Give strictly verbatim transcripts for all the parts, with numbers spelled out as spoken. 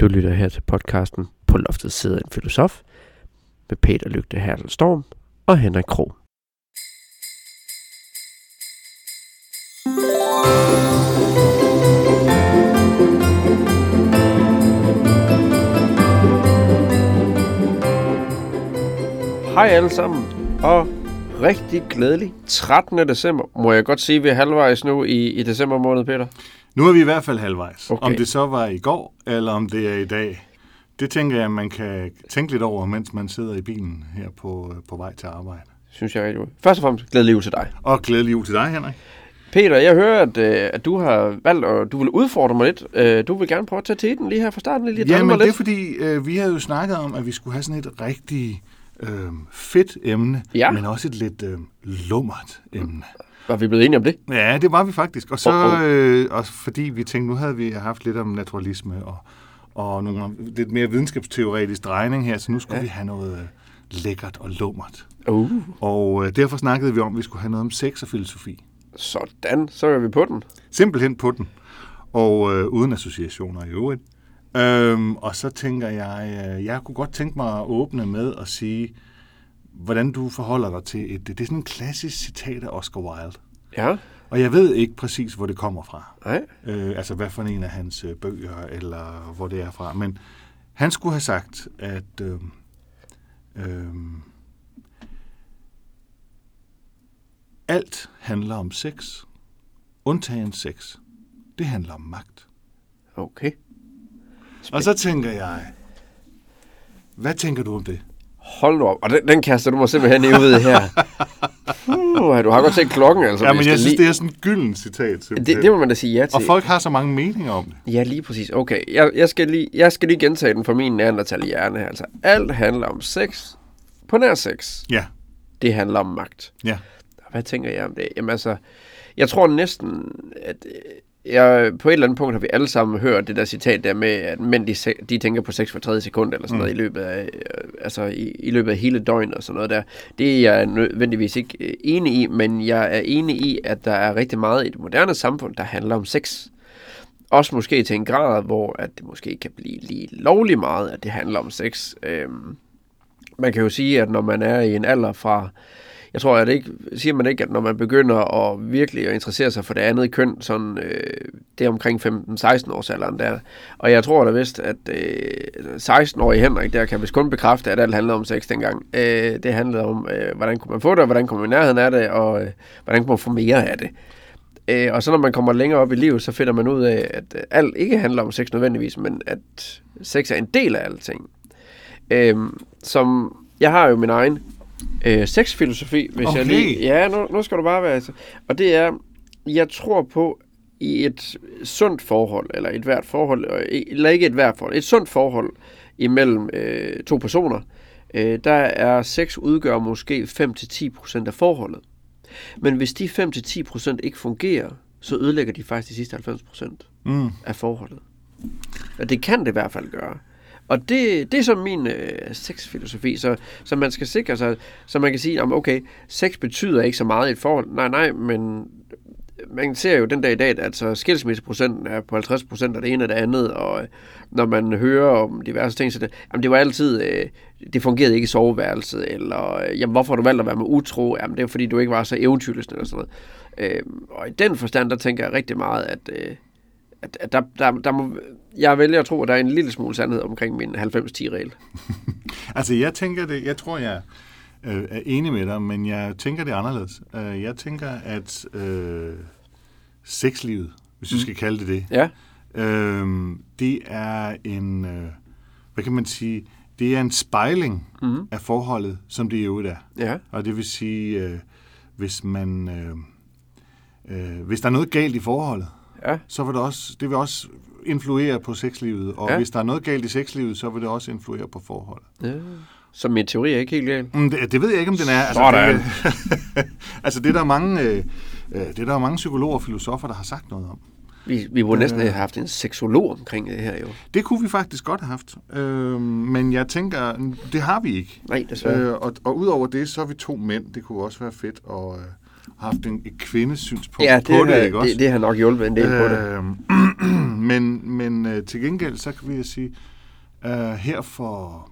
Du lytter her til podcasten På loftet sidder en filosof med Peter Lygte Hertel Storm og Henrik Krog. Hej alle sammen, og rigtig glædelig trettende december. Må jeg godt sige, at vi er halvvejs nu i, i december måned, Peter? Nu er vi i hvert fald halvvejs. Okay. Om det så var i går, eller om det er i dag, det tænker jeg, man kan tænke lidt over, mens man sidder i bilen her på, på vej til arbejde. Synes jeg rigtig godt. Først og fremmest, glædelig jul til dig. Og glædelig jul til dig, Henrik. Peter, jeg hører, at, at du har valgt, og du vil udfordre mig lidt. Du vil gerne prøve at tage teten lige her fra starten. Lige ja, men det lidt. er fordi, øh, vi havde jo snakket om, at vi skulle have sådan et rigtig øh, fedt emne, ja. men også et lidt øh, lummert emne. Var vi blevet enige om det? Ja, det var vi faktisk. Og så, oh, oh. Øh, også fordi vi tænkte, nu havde vi haft lidt om naturalisme og, og nogle lidt mere videnskabsteoretisk drejning her, så nu skulle ja. vi have noget øh, lækkert og lummert. Uh. Og øh, derfor snakkede vi om, at vi skulle have noget om sex og filosofi. Sådan, så er vi på den. Simpelthen på den. Og øh, uden associationer i øvrigt. Øhm, og så tænker jeg, øh, jeg kunne godt tænke mig at åbne med at sige, hvordan du forholder dig til et, det er sådan en klassisk citat af Oscar Wilde. Ja. Og jeg ved ikke præcis, hvor det kommer fra. Nej. Øh, altså, hvad for en af hans øh, bøger, eller hvor det er fra. Men han skulle have sagt, at øh, øh, alt handler om sex, undtagen sex. Det handler om magt. Okay. Spænd- Og så tænker jeg, hvad tænker du om det? Hold nu op. Og den, den kaster du mig simpelthen i ud her. Uh, du har godt set klokken, altså. Ja, men jeg synes, lige... det er sådan et gyldent citat. Det, det må man da sige ja til. Og folk har så mange meninger om det. Ja, lige præcis. Okay, jeg, jeg, skal, lige, jeg skal lige gentage den for min neandertal hjerne her. Altså, alt handler om sex. På nær sex. Ja. Det handler om magt. Ja. Hvad tænker jeg om det? Jamen altså, jeg tror næsten, at... Jeg, på et eller andet punkt har vi alle sammen hørt det der citat der med, at mænd de, de tænker på sex for tredje sekund, eller sådan mm. noget, i løbet af, altså i, i løbet af hele døgnet og sådan noget der. Det er jeg nødvendigvis ikke enig i, men jeg er enig i, at der er rigtig meget i det moderne samfund, der handler om sex. Også måske til en grad, hvor at det måske kan blive lige lovligt meget, at det handler om sex. Øhm, man kan jo sige, at når man er i en alder fra... Jeg tror, at det ikke, siger man ikke, at når man begynder at virkelig at interessere sig for det andet køn, sådan, øh, det er omkring femten seksten års alderen der. Og jeg tror da vist, at øh, seksten-årige Henrik der kan vist kun bekræfte, at alt handlede om sex dengang. Øh, det handlede om, øh, hvordan kunne man få det, og hvordan kunne man i nærheden af det, og øh, hvordan kunne man få mere af det. Øh, og så når man kommer længere op i livet, så finder man ud af, at alt ikke handler om sex nødvendigvis, men at sex er en del af alting. Øh, som, jeg har jo min egen Øh, sexfilosofi, hvis okay. jeg lige... Ja, nu, nu skal du bare være... Altså. Og det er, jeg tror på i et sundt forhold, eller et hvert forhold, eller ikke et hvert forhold, et sundt forhold imellem øh, to personer, øh, der er sex udgør måske fem til ti procent af forholdet. Men hvis de fem til ti procent ikke fungerer, så ødelægger de faktisk de sidste halvfems procent mm. af forholdet. Og det kan det i hvert fald gøre. Og det, det er så min øh, sexfilosofi, så, så man skal sikre sig, så man kan sige, om okay, sex betyder ikke så meget i et forhold. Nej, nej, men man ser jo den dag i dag, at altså, skilsmisseprocenten er på halvtreds procent af det ene og det andet, og når man hører om diverse ting, så det, jamen, det var altid, øh, det fungerede ikke i soveværelset, eller øh, jamen, hvorfor har du valgt at være med utro? Jamen, det er fordi, du ikke var så eventyrlysten, eller sådan noget. Øh, og i den forstand, der tænker jeg rigtig meget, at... Øh, at der, der, der må, jeg vælger at tro, at der er en lille smule sandhed omkring min halvfems ti regel. Altså, jeg tænker det, jeg tror, jeg øh, er enig med dig, men jeg tænker det anderledes. Uh, jeg tænker, at øh, sexlivet, hvis vi mm. skal kalde det det, ja. øh, det er en, øh, hvad kan man sige, det er en spejling mm. af forholdet, som det i øvrigt er. Ja. Og det vil sige, øh, hvis man, øh, øh, hvis der er noget galt i forholdet, ja. så vil det også, det vil også influere på sexlivet, og ja. hvis der er noget galt i sexlivet, så vil det også influere på forholdet. Ja. Så min teori er ikke helt galt? Mm, det, det ved jeg ikke, om den er. Altså, det, altså det er der mange, øh, det er der mange psykologer og filosofer, der har sagt noget om. Vi, vi burde næsten have haft en seksolog omkring det her jo. Det kunne vi faktisk godt have haft, øh, men jeg tænker, det har vi ikke. Nej, desværre. Øh, og, og udover det, så er vi to mænd. Det kunne også være fedt at øh, have haft en, et kvindesynspunkt ja, det på det, har, ikke også? det, det har nok hjulpet en del øh, på det. men men øh, til gengæld, så kan vi sige, øh, her for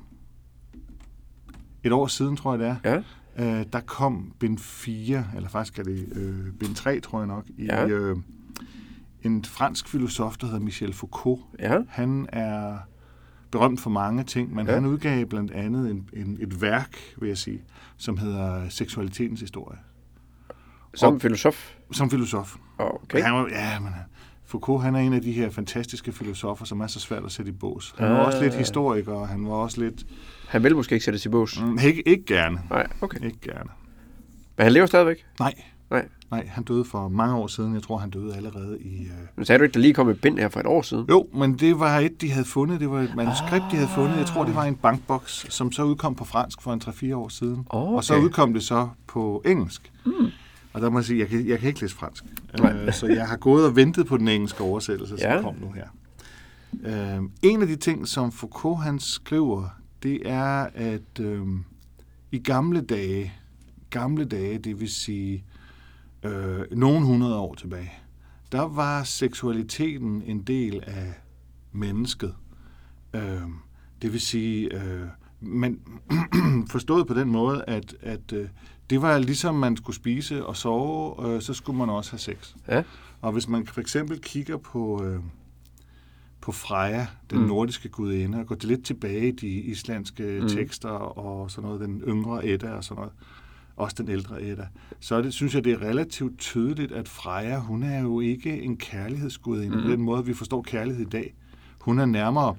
et år siden, tror jeg det er, ja. øh, der kom bind fire, eller faktisk er det øh, bind tre, tror jeg nok, i ja. øh, en fransk filosof, der hedder Michel Foucault. Ja. Han er berømt for mange ting, men ja. han udgav blandt andet en, en, et værk, vil jeg sige, som hedder Seksualitetens historie. Som og, filosof? Som filosof. Okay. Han var, ja, men Foucault, han er en af de her fantastiske filosofer, som er så svært at sætte i bås. Han var ah. også lidt historiker, og han var også lidt... Han vil måske ikke sættes i bås? Mm, ikke, ikke gerne. Nej, okay. Ikke gerne. Men han lever stadigvæk? Nej. Nej. Nej, han døde for mange år siden. Jeg tror, han døde allerede i... Øh... Men sagde du ikke, der lige kom et bind her for et år siden? Jo, men det var et, de havde fundet. Det var et manuskript, ah. de havde fundet. Jeg tror, det var en bankboks, som så udkom på fransk for en tre fire år siden. Oh, okay. Og så udkom det så på engelsk. Mm. Og der må jeg sige, jeg kan, jeg kan ikke læse fransk. Uh, så jeg har gået og ventet på den engelske oversættelse, som ja. kom nu her. Uh, en af de ting, som Foucault han skriver, det er, at uh, i gamle dage, gamle dage, det vil sige uh, nogle hundrede år tilbage, der var seksualiteten en del af mennesket. Uh, det vil sige, uh, men forstået på den måde, at, at uh, det var ligesom man skulle spise og sove, øh, så skulle man også have sex. Ja. Og hvis man for eksempel kigger på, øh, på Freja, den mm. nordiske gudinde, og går lidt tilbage i de islandske mm. tekster og sådan noget, den yngre Edda og sådan noget, også den ældre Edda, så det, synes jeg, det er relativt tydeligt, at Freja, hun er jo ikke en kærlighedsgudinde mm. på den måde, vi forstår kærlighed i dag. Hun er nærmere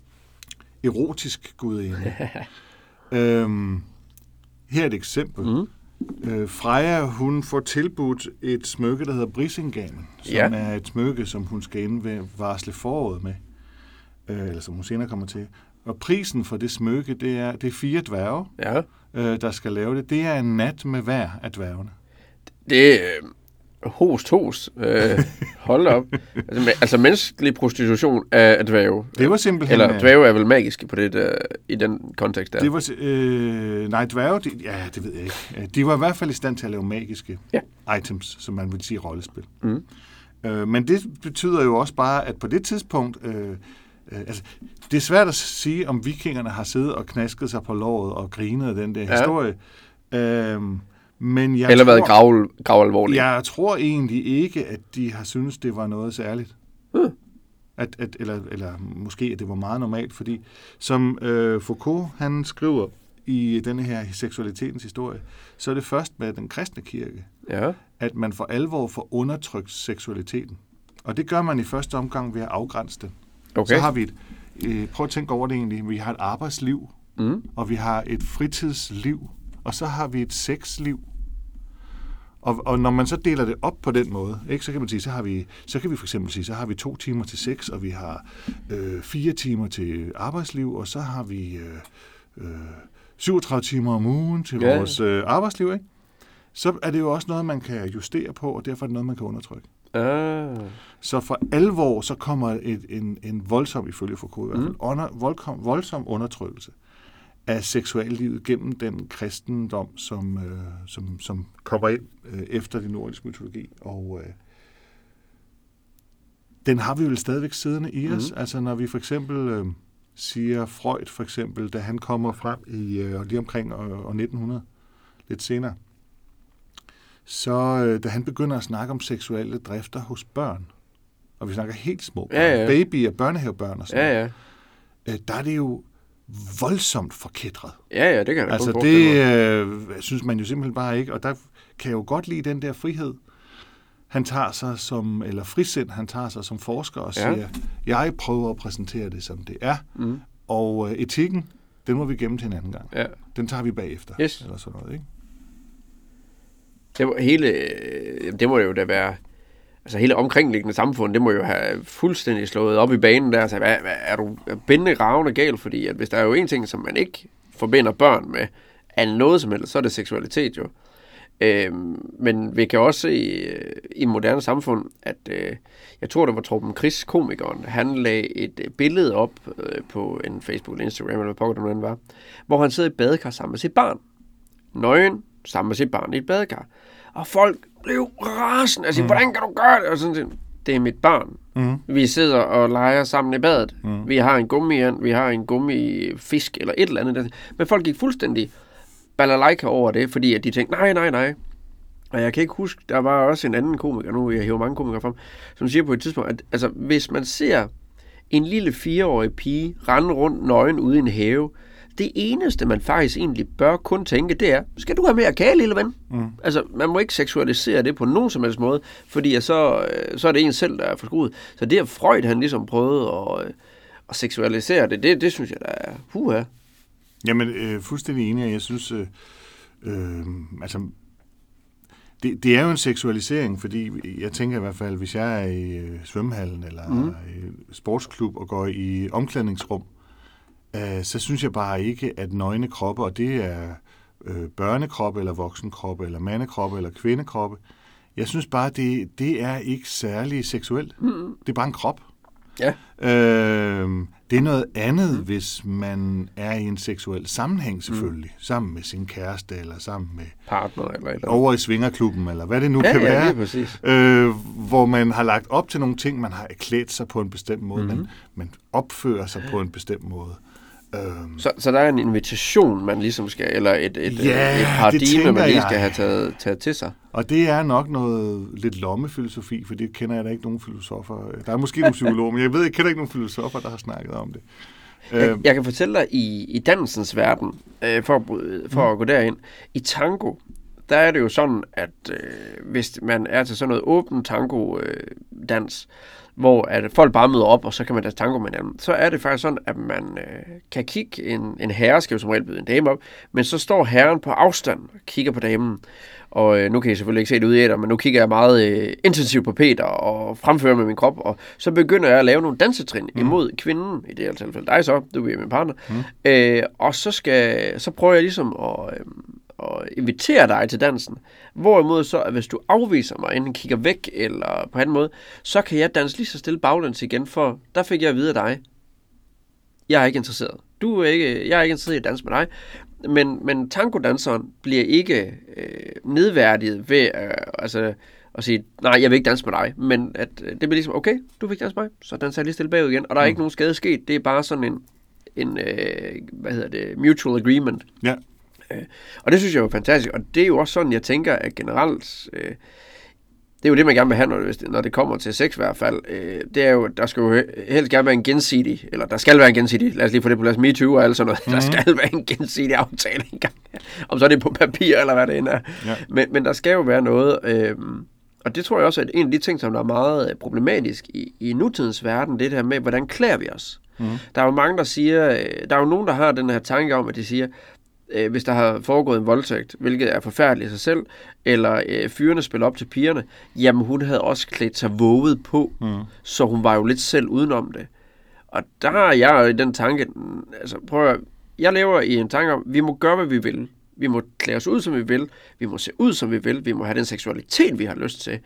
erotisk gudinde. øhm, Her er et eksempel. Mm. Øh, Freja, hun får tilbudt et smykke, der hedder Brisingamen, som ja. er et smykke, som hun skal indvarsle foråret med, øh, eller som hun senere kommer til. Og prisen for det smykke, det er, det er fire dværge, ja. øh, der skal lave det. Det er en nat med hver af dværgene. Det er øh, host, host. Øh, hold op. Altså, altså menneskelig prostitution af dværge. Det var simpelthen... Eller dværge er vel magiske på det der, i den kontekst der. Det var... Øh, nej, dværge... De, ja, det ved jeg ikke. De var i hvert fald i stand til at lave magiske ja. items, som man vil sige rollespil. Mm. Øh, men det betyder jo også bare, at på det tidspunkt... Øh, øh, altså, det er svært at sige, om vikingerne har siddet og knasket sig på låret og grinet af den der ja. historie. Øh, Men jeg Eller tror, været grav, gravalvorligt. Jeg tror egentlig ikke, at de har syntes, det var noget særligt. Hmm. At, at, eller, eller måske, at det var meget normalt, fordi som øh, Foucault, han skriver i denne her seksualitetens historie, så er det først med den kristne kirke, ja. at man for alvor får undertrykt seksualiteten. Og det gør man i første omgang ved at afgrænse den. Okay. Så har vi et, øh, prøv at tænke over det egentlig, vi har et arbejdsliv, mm. og vi har et fritidsliv, og så har vi et sexliv. Og, og når man så deler det op på den måde, ikke, så kan man sige, så har vi, så kan vi for eksempel sige, så har vi to timer til sex, og vi har øh, fire timer til arbejdsliv, og så har vi øh, øh, syvogtredive timer om ugen til ja. vores øh, arbejdsliv, ikke? Så er det jo også noget, man kan justere på, og derfor er det noget, man kan undertrykke. Ah. Så for alvor, så kommer et, en, en voldsom, ifølge Foucault i hvert fald, mm. under, voldkom, voldsom undertrykkelse af seksuallivet gennem den kristendom, som, øh, som, som kommer ind øh, efter den nordiske mytologi. Og øh, den har vi vel stadigvæk siddende i os. Mm. Altså når vi for eksempel øh, siger Freud, for eksempel, da han kommer frem i øh, lige omkring år, år nitten hundrede, lidt senere, så øh, da han begynder at snakke om seksuelle drifter hos børn, og vi snakker helt små børn, ja, ja. babyer, børnehavebørn og sådan ja, ja. øh, der er det jo voldsomt forkætret. Ja, ja, det kan jeg altså det øh, synes man jo simpelthen bare ikke, og der kan jeg jo godt lide den der frihed, han tager sig som, eller frisind, han tager sig som forsker og siger, ja. jeg prøver at præsentere det, som det er, mm. og øh, etikken, den må vi gemme til en anden gang. Ja. Den tager vi bagefter, yes. eller sådan noget, ikke? Det må, hele, det må jo da være, altså hele omkringliggende samfund, det må jo have fuldstændig slået op i banen der, altså hvad, hvad, er du bindende ravende gal, fordi at hvis der er jo en ting, som man ikke forbinder børn med, af noget som helst, så er det seksualitet jo. Øhm, men vi kan også se i, i moderne samfund, at øh, jeg tror, det var Torben Chris, komikeren, han lagde et billede op øh, på en Facebook eller Instagram, eller hvad pokker det var, hvor han sidder i badekar sammen med sit barn. Nøgen, sammen med sit barn i et badekar. Og folk blev rasende. Altså, mm. hvordan kan du gøre det? Og sådan, det er mit barn. Mm. Vi sidder og leger sammen i badet. Mm. Vi har en gummiand, vi har en gummifisk eller et eller andet. Men folk gik fuldstændig balalaika over det, fordi at de tænkte, nej, nej, nej. Og jeg kan ikke huske, der var også en anden komiker, nu jeg hiver mange komikere frem, som siger på et tidspunkt, at altså, hvis man ser en lille fireårig pige rende rundt nøgen ude i en have, det eneste, man faktisk egentlig bør kun tænke, det er, skal du have mere kage, lille ven? Mm. Altså, man må ikke seksualisere det på nogen som helst måde, fordi så, så er det en selv, der er forskruet. Så det, at Freud, han ligesom prøvede at, at seksualisere det, det, det synes jeg, der er huha. Jamen, øh, fuldstændig enig, og jeg synes, øh, øh, altså, det, det er jo en seksualisering, fordi jeg tænker i hvert fald, hvis jeg er i øh, svømmehallen eller mm. i sportsklub og går i omklædningsrum, øh, så synes jeg bare ikke, at nøgne kroppe, og det er øh, børnekroppe eller voksenkroppe eller mandekroppe eller kvindekroppe, jeg synes bare, det, det er ikke særlig seksuelt. Mm. Det er bare en krop. Ja. Øh, det er noget andet, mm. hvis man er i en seksuel sammenhæng selvfølgelig, mm. sammen med sin kæreste, eller sammen med partner, eller, eller over i svingerklubben, eller hvad det nu ja, kan ja, være, præcis. Øh, hvor man har lagt op til nogle ting, man har klædt sig på en bestemt måde, mm. man, man opfører sig på en bestemt måde. Øhm. Så, så der er en invitation, man ligesom skal, eller et, et, ja, et paradigme, man lige jeg. skal have taget, taget til sig. Og det er nok noget lidt lommefilosofi, for det kender jeg da ikke nogen filosofer. Der er måske nogle psykologer, men jeg ved, jeg kender ikke nogen filosofer, der har snakket om det. Jeg, jeg kan fortælle dig, i, i dansens verden, øh, for, for mm. at gå derind, i tango, der er det jo sådan, at øh, hvis man er til sådan noget åben tango-dans, øh, hvor at folk bare møder op, og så kan man danse tango med hinanden, så er det faktisk sådan, at man øh, kan kigge, en, en herre skal jo som regel byde en dame op, men så står herren på afstand og kigger på damen. Og øh, nu kan I selvfølgelig ikke se det ude i æter, men nu kigger jeg meget øh, intensivt på Peter og fremfører med min krop, og så begynder jeg at lave nogle dansetrin mm. imod kvinden, i det her tilfælde dig så, du er min partner, mm. øh, og så, skal, så prøver jeg ligesom at, øh, at invitere dig til dansen, hvorimod så, at hvis du afviser mig, enten kigger væk eller på anden måde, så kan jeg danse lige så stille baglæns igen, for der fik jeg at vide af dig, jeg er ikke interesseret. Du er ikke, jeg er ikke interesseret i at danse med dig. Men, men tangodanseren bliver ikke øh, nedværdiget ved øh, altså, at sige, nej, jeg vil ikke danse med dig. Men at, øh, det bliver ligesom, okay, du vil ikke danse med mig, så danser jeg lige stille bagud igen. Og der er mm. ikke nogen skade sket. Det er bare sådan en, en øh, hvad hedder det, mutual agreement. Ja. Øh, og det synes jeg er fantastisk. Og det er jo også sådan, jeg tænker, at generelt... Øh, det er jo det, man gerne vil have, når det, når det kommer til sex i hvert fald. Øh, det er jo, der skal jo helst gerne være en gensidig, eller der skal være en gensidig, lad os lige få det på plads, MeToo og alt sådan noget. Mm-hmm. Der skal være en gensidig aftale engang. Om så er det på papir, eller hvad det end er. Ja. Men, men der skal jo være noget, øh, og det tror jeg også, at en af de ting, som der er meget problematisk i, i nutidens verden, det er det her med, hvordan klæder vi os. Mm. Der er jo mange, der siger, der er jo nogen, der har den her tanke om, at de siger, øh, hvis der har foregået en voldtægt, hvilket er forfærdeligt i sig selv, eller øh, fyrene spiller op til pigerne, jamen hun havde også klædt sig våget på, mm. så hun var jo lidt selv udenom det. Og der har jeg i den tanke, altså prøv at, jeg lever i en tanke om, vi må gøre, hvad vi vil. Vi må klæde os ud, som vi vil. Vi må se ud, som vi vil. Vi må have den seksualitet, vi har lyst til.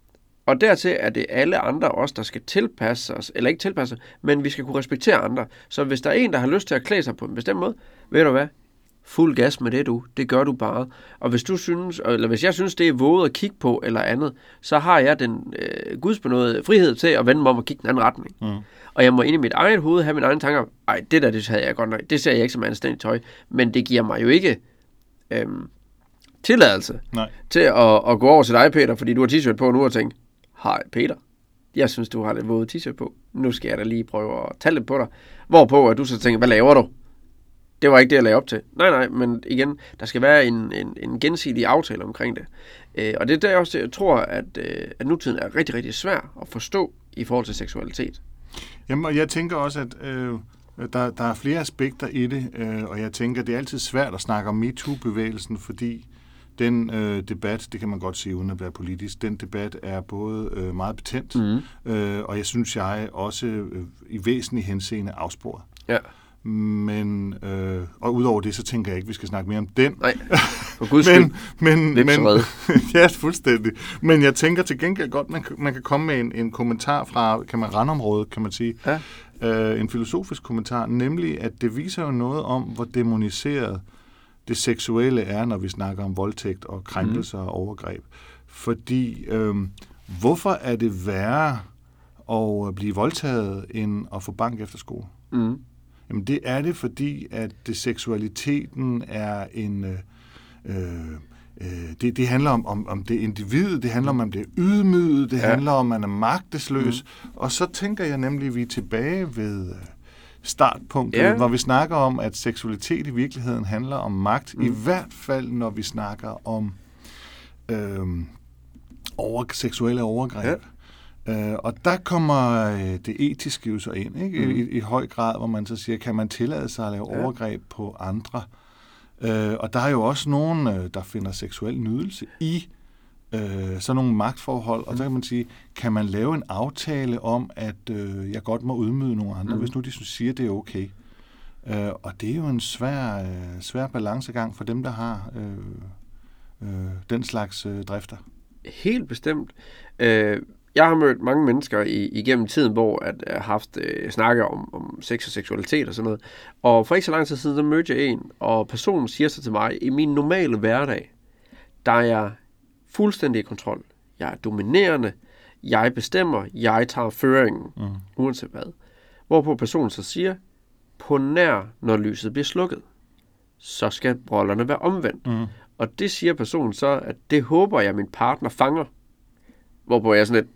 Og dertil er det alle andre os, der skal tilpasse os, eller ikke tilpasse, men vi skal kunne respektere andre. Så hvis der er en, der har lyst til at klæde sig på en bestemt måde, ved du hvad? Fuld gas med det, du. Det gør du bare. Og hvis du synes, eller hvis jeg synes, det er våget at kigge på, eller andet, så har jeg den øh, gudsbenåede frihed til at vende mig om og kigge den anden retning. Mm. Og jeg må ind i mit eget hoved have mine egne tanker. Ej, det der, det havde jeg godt nok. Det ser jeg ikke som anstændigt tøj. Men det giver mig jo ikke øhm, tilladelse Nej. til at, at gå over til dig, Peter, fordi du har t-shirt på nu og tænke, hej Peter, jeg synes, du har lidt våget t-shirt på. Nu skal jeg da lige prøve at tage lidt på dig. Hvorpå at du så tænker, hvad laver du? Det var ikke det, jeg lagde op til. Nej, nej, men igen, der skal være en, en, en gensidig aftale omkring det. Øh, og det er der også, jeg tror, at, øh, at nutiden er rigtig, rigtig svær at forstå i forhold til seksualitet. Jamen, og jeg tænker også, at øh, der, der er flere aspekter i det, øh, og jeg tænker, det er altid svært at snakke om MeToo-bevægelsen, fordi den øh, debat, det kan man godt sige uden at være politisk, den debat er både øh, meget betændt, mm. øh, og jeg synes, jeg også øh, i væsentlig henseende afsporet. Ja. Men, øh, og udover det, så tænker jeg ikke, vi skal snakke mere om den. Nej, for guds skyld. men, men, men, ja, fuldstændig. Men jeg tænker til gengæld godt, man, man kan komme med en, en kommentar fra, kan man randområdet, kan man sige. Ja. Øh, en filosofisk kommentar, nemlig, at det viser jo noget om, hvor demoniseret det seksuelle er, når vi snakker om voldtægt og krænkelser mm. og overgreb. Fordi, øh, hvorfor er det værre at blive voldtaget, end at få bank efter skole? Mm. Jamen det er det, fordi at det, seksualiteten er en... Øh, øh, det, det handler om, om, om det individ, det handler om, om det er ydmyget, det ja. handler om, at man er magtesløs. Mm. Og så tænker jeg nemlig, at vi er tilbage ved startpunktet, ja. hvor vi snakker om, at seksualitet i virkeligheden handler om magt. Mm. I hvert fald, når vi snakker om øh, over, seksuelle overgreb. Ja. Uh, og der kommer uh, det etiske jo så ind, ikke? Mm. I, i høj grad, hvor man så siger, kan man tillade sig at lave ja. overgreb på andre? Uh, og der er jo også nogen, uh, der finder seksuel nydelse i uh, sådan nogle magtforhold, mm. og så kan man sige, kan man lave en aftale om, at uh, jeg godt må ydmyge nogle andre, mm. hvis nu de siger, det er okay. Uh, og det er jo en svær, uh, svær balancegang for dem, der har uh, uh, den slags uh, drifter. Helt bestemt. Uh... Jeg har mødt mange mennesker i, igennem tiden, hvor at jeg har haft øh, snakker om, om sex og seksualitet og sådan noget. Og for ikke så lang tid siden, så mødte jeg en, og personen siger så til mig, i min normale hverdag, der er jeg fuldstændig i kontrol. Jeg er dominerende, jeg bestemmer, jeg tager føringen, mm. uanset hvad. Hvorpå personen så siger, på nær, når lyset bliver slukket, så skal rollerne være omvendt. Mm. Og det siger personen så, at det håber jeg, min partner fanger. Hvorpå jeg sådan lidt,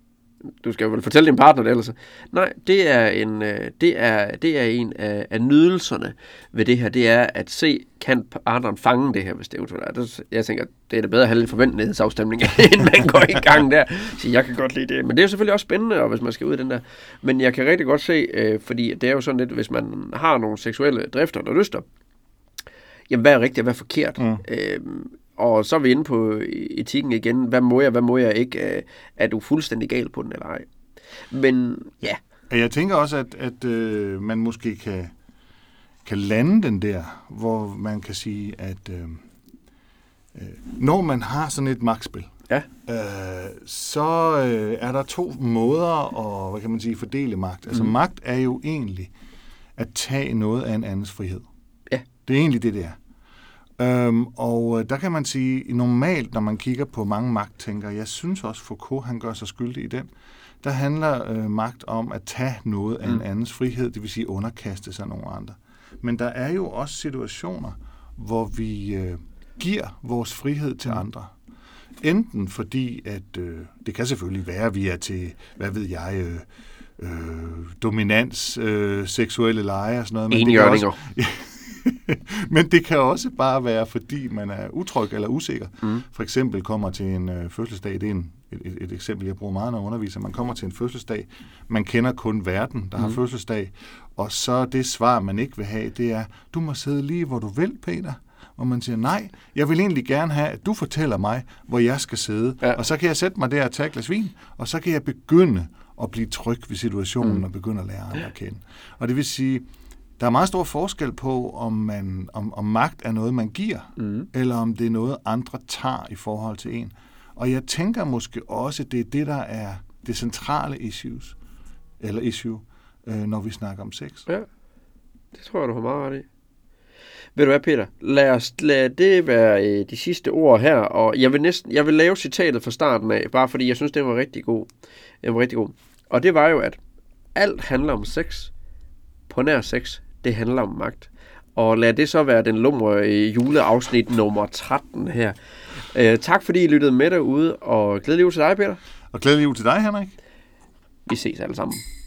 du skal jo vel fortælle din partner det ellers. Nej, det er en, det er, det er en af, af nydelserne ved det her, det er at se, kan partneren fange det her, hvis det eventuelt er. Jeg tænker, det er da bedre at have lidt forventelighedsafstemning, inden man går i gang der. Så jeg kan godt lide det. Men det er jo selvfølgelig også spændende, og hvis man skal ud i den der. Men jeg kan rigtig godt se, øh, fordi det er jo sådan lidt, hvis man har nogle seksuelle drifter og lyster, jamen hvad er rigtigt og hvad er forkert? Mm. Øh, Og så er vi inde på etikken igen. Hvad må jeg, hvad må jeg ikke? Er du fuldstændig gal på den, eller ej? Men ja. Jeg tænker også, at, at øh, man måske kan, kan lande den der, hvor man kan sige, at øh, øh, når man har sådan et magtspil, ja. øh, så øh, er der to måder at, hvad kan man sige, fordele magt. Altså mm. magt er jo egentlig at tage noget af en andens frihed. Ja. Det er egentlig det, det er. Øhm, og der kan man sige, normalt, når man kigger på mange magttænkere, jeg synes også, Foucault, han gør sig skyldig i den, der handler øh, magt om at tage noget af mm. en andens frihed, det vil sige underkaste sig nogle andre. Men der er jo også situationer, hvor vi øh, giver vores frihed til andre. Enten fordi, at øh, det kan selvfølgelig være, at vi er til, hvad ved jeg, øh, øh, dominans, øh, seksuelle lege og sådan noget. Enhjørninger. Men det kan også bare være, fordi man er utryg eller usikker. Mm. For eksempel kommer til en øh, fødselsdag, det er en, et, et eksempel, jeg bruger meget, når jeg underviser. Man kommer til en fødselsdag, man kender kun verden, der mm. har fødselsdag, og så det svar, man ikke vil have, det er, du må sidde lige, hvor du vil, Peter. Og man siger, nej, jeg vil egentlig gerne have, at du fortæller mig, hvor jeg skal sidde. Ja. Og så kan jeg sætte mig der og tage et glas vin, og så kan jeg begynde at blive tryg ved situationen mm. og begynde at lære andre at kende. Og det vil sige, der er meget stor forskel på, om, man, om, om magt er noget, man giver, mm. eller om det er noget, andre tager i forhold til en. Og jeg tænker måske også, det er det, der er det centrale issues, eller issue, øh, når vi snakker om sex. Ja, det tror jeg, du har meget ret i. Ved du hvad, Peter? Lad os lade det være øh, de sidste ord her, og jeg vil næsten, jeg vil lave citatet fra starten af, bare fordi jeg synes, det var rigtig god. Det var rigtig god. Og det var jo, at alt handler om sex. På nær sex, det handler om magt. Og lad det så være den lumre juleafsnit nummer tretten her. Øh, tak fordi I lyttede med derude, og glædelig jul til dig, Peter. Og glædelig jul til dig, Henrik. Vi ses alle sammen.